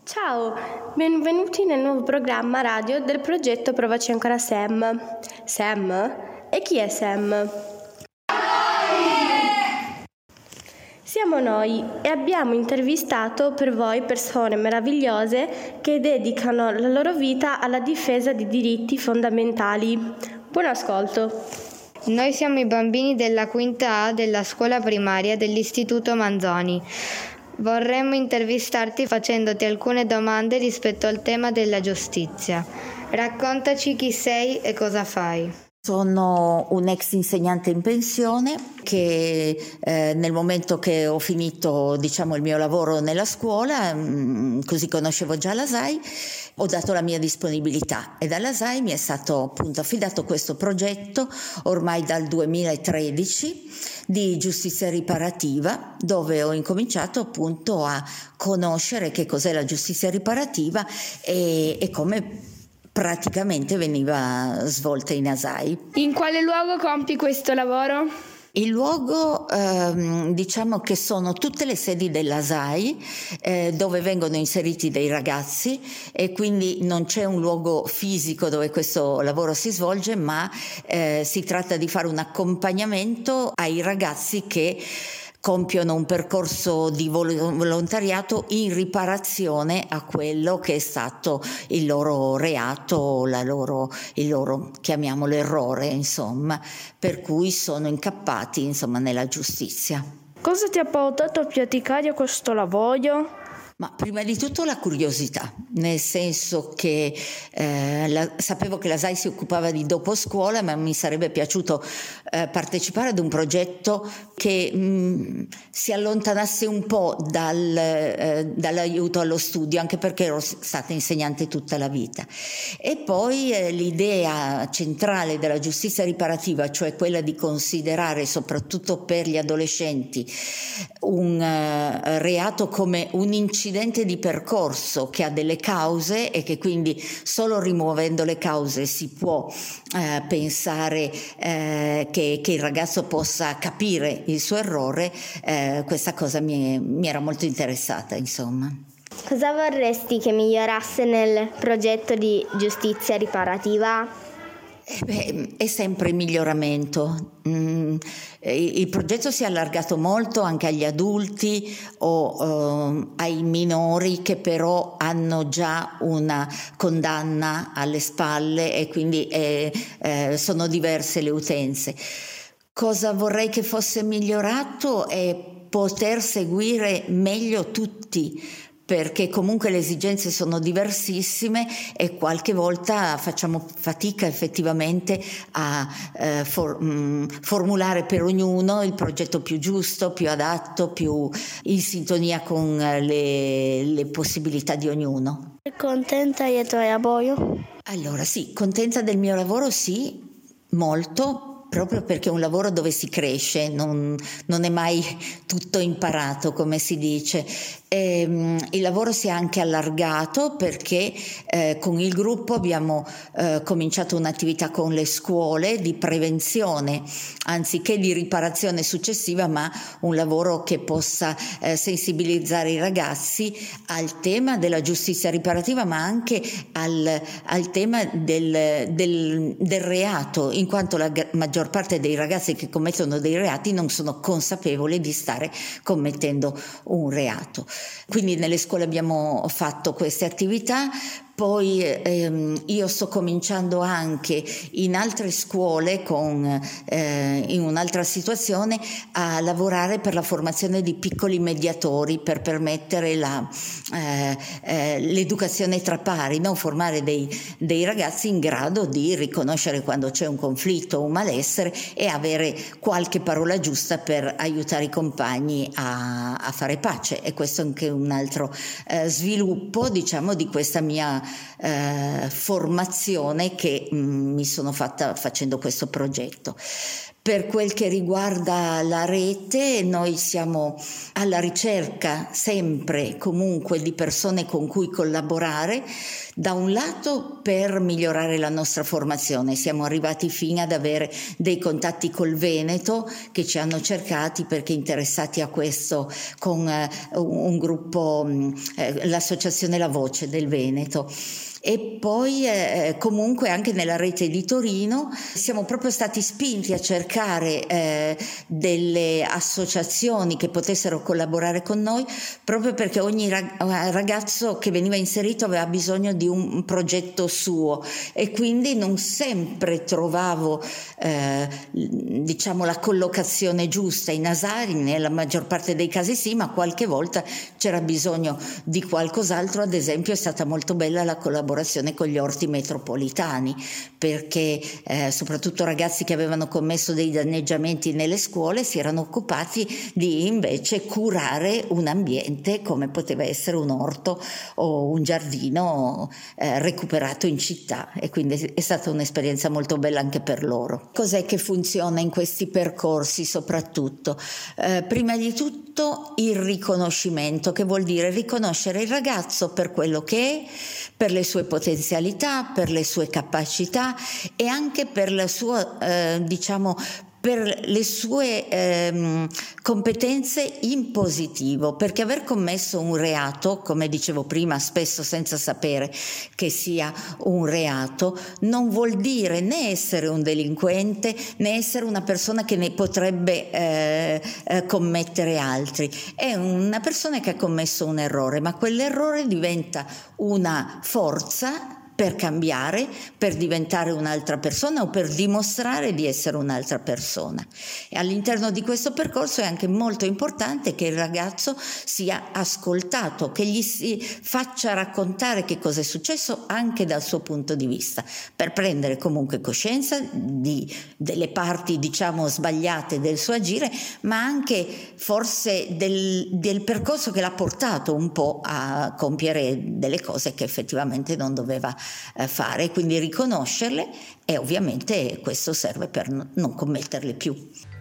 Ciao, benvenuti nel nuovo programma radio del progetto Provaci ancora Sam. Sam? E chi è Sam? Siamo noi e abbiamo intervistato per voi persone meravigliose che dedicano la loro vita alla difesa di diritti fondamentali. Buon ascolto. Noi siamo i bambini della quinta A della scuola primaria dell'Istituto Manzoni. Vorremmo intervistarti facendoti alcune domande rispetto al tema della giustizia. Raccontaci chi sei e cosa fai. Sono un ex insegnante in pensione che nel momento che ho finito il mio lavoro nella scuola, così conoscevo già la SAI, ho dato la mia disponibilità e dalla SAI mi è stato appunto affidato questo progetto ormai dal 2013 di giustizia riparativa, dove ho incominciato appunto a conoscere che cos'è la giustizia riparativa e come praticamente veniva svolta in ASAI. In quale luogo compi questo lavoro? Il luogo diciamo che sono tutte le sedi dell'ASAI dove vengono inseriti dei ragazzi e quindi non c'è un luogo fisico dove questo lavoro si svolge, ma si tratta di fare un accompagnamento ai ragazzi che compiono un percorso di volontariato in riparazione a quello che è stato il loro reato, il loro chiamiamolo errore, insomma, per cui sono incappati nella giustizia. Cosa ti ha portato a praticare questo lavoro? Ma prima di tutto la curiosità, nel senso che sapevo che la SAI si occupava di dopo scuola, ma mi sarebbe piaciuto partecipare ad un progetto che si allontanasse un po' dall'aiuto allo studio, anche perché ero stata insegnante tutta la vita. E poi l'idea centrale della giustizia riparativa, cioè quella di considerare soprattutto per gli adolescenti un reato come un incidente di percorso che ha delle cause e che quindi solo rimuovendo le cause si può pensare che il ragazzo possa capire il suo errore, questa cosa mi era molto interessata, insomma. Cosa vorresti che migliorasse nel progetto di giustizia riparativa? È sempre il miglioramento. Il progetto si è allargato molto anche agli adulti o ai minori che però hanno già una condanna alle spalle e quindi sono diverse le utenze. Cosa vorrei che fosse migliorato è poter seguire meglio tutti, perché comunque le esigenze sono diversissime e qualche volta facciamo fatica effettivamente a formulare per ognuno il progetto più giusto, più adatto, più in sintonia con le possibilità di ognuno. Sei contenta del tuo lavoro? Allora sì, contenta del mio lavoro sì, molto. Proprio perché è un lavoro dove si cresce, non è mai tutto imparato, come si dice. Il lavoro si è anche allargato perché con il gruppo abbiamo cominciato un'attività con le scuole di prevenzione, anziché di riparazione successiva, ma un lavoro che possa sensibilizzare i ragazzi al tema della giustizia riparativa, ma anche al tema del reato, in quanto la maggior parte dei ragazzi che commettono dei reati non sono consapevoli di stare commettendo un reato. Quindi nelle scuole abbiamo fatto queste attività. Poi io sto cominciando anche in altre scuole in un'altra situazione a lavorare per la formazione di piccoli mediatori per permettere l'educazione tra pari, no? Formare dei ragazzi in grado di riconoscere quando c'è un conflitto o un malessere e avere qualche parola giusta per aiutare i compagni a fare pace. E questo è anche un altro sviluppo, diciamo, di questa mia formazione che mi sono fatta facendo questo progetto. Per quel che riguarda la rete, noi siamo alla ricerca sempre comunque di persone con cui collaborare, da un lato per migliorare la nostra formazione. Siamo arrivati fino ad avere dei contatti col Veneto che ci hanno cercati perché interessati a questo con un gruppo, l'associazione La Voce del Veneto. E poi comunque anche nella rete di Torino siamo proprio stati spinti a cercare delle associazioni che potessero collaborare con noi, proprio perché ogni ragazzo che veniva inserito aveva bisogno di un progetto suo, e quindi non sempre trovavo diciamo la collocazione giusta in Asari. Nella maggior parte dei casi sì, ma qualche volta c'era bisogno di qualcos'altro. Ad esempio è stata molto bella la collaborazione con gli orti metropolitani, perché soprattutto ragazzi che avevano commesso dei danneggiamenti nelle scuole si erano occupati di invece curare un ambiente come poteva essere un orto o un giardino recuperato in città, e quindi è stata un'esperienza molto bella anche per loro. Cos'è che funziona in questi percorsi soprattutto? Prima di tutto il riconoscimento, che vuol dire riconoscere il ragazzo per quello che è, per le sue potenzialità, per le sue capacità e anche per la sua per le sue competenze in positivo, perché aver commesso un reato, come dicevo prima, spesso senza sapere che sia un reato, non vuol dire né essere un delinquente né essere una persona che ne potrebbe commettere altri. È una persona che ha commesso un errore, ma quell'errore diventa una forza per cambiare, per diventare un'altra persona o per dimostrare di essere un'altra persona. E all'interno di questo percorso è anche molto importante che il ragazzo sia ascoltato, che gli si faccia raccontare che cosa è successo anche dal suo punto di vista, per prendere comunque coscienza delle parti sbagliate del suo agire, ma anche forse del percorso che l'ha portato un po' a compiere delle cose che effettivamente non doveva fare, quindi riconoscerle, e ovviamente questo serve per non commetterle più.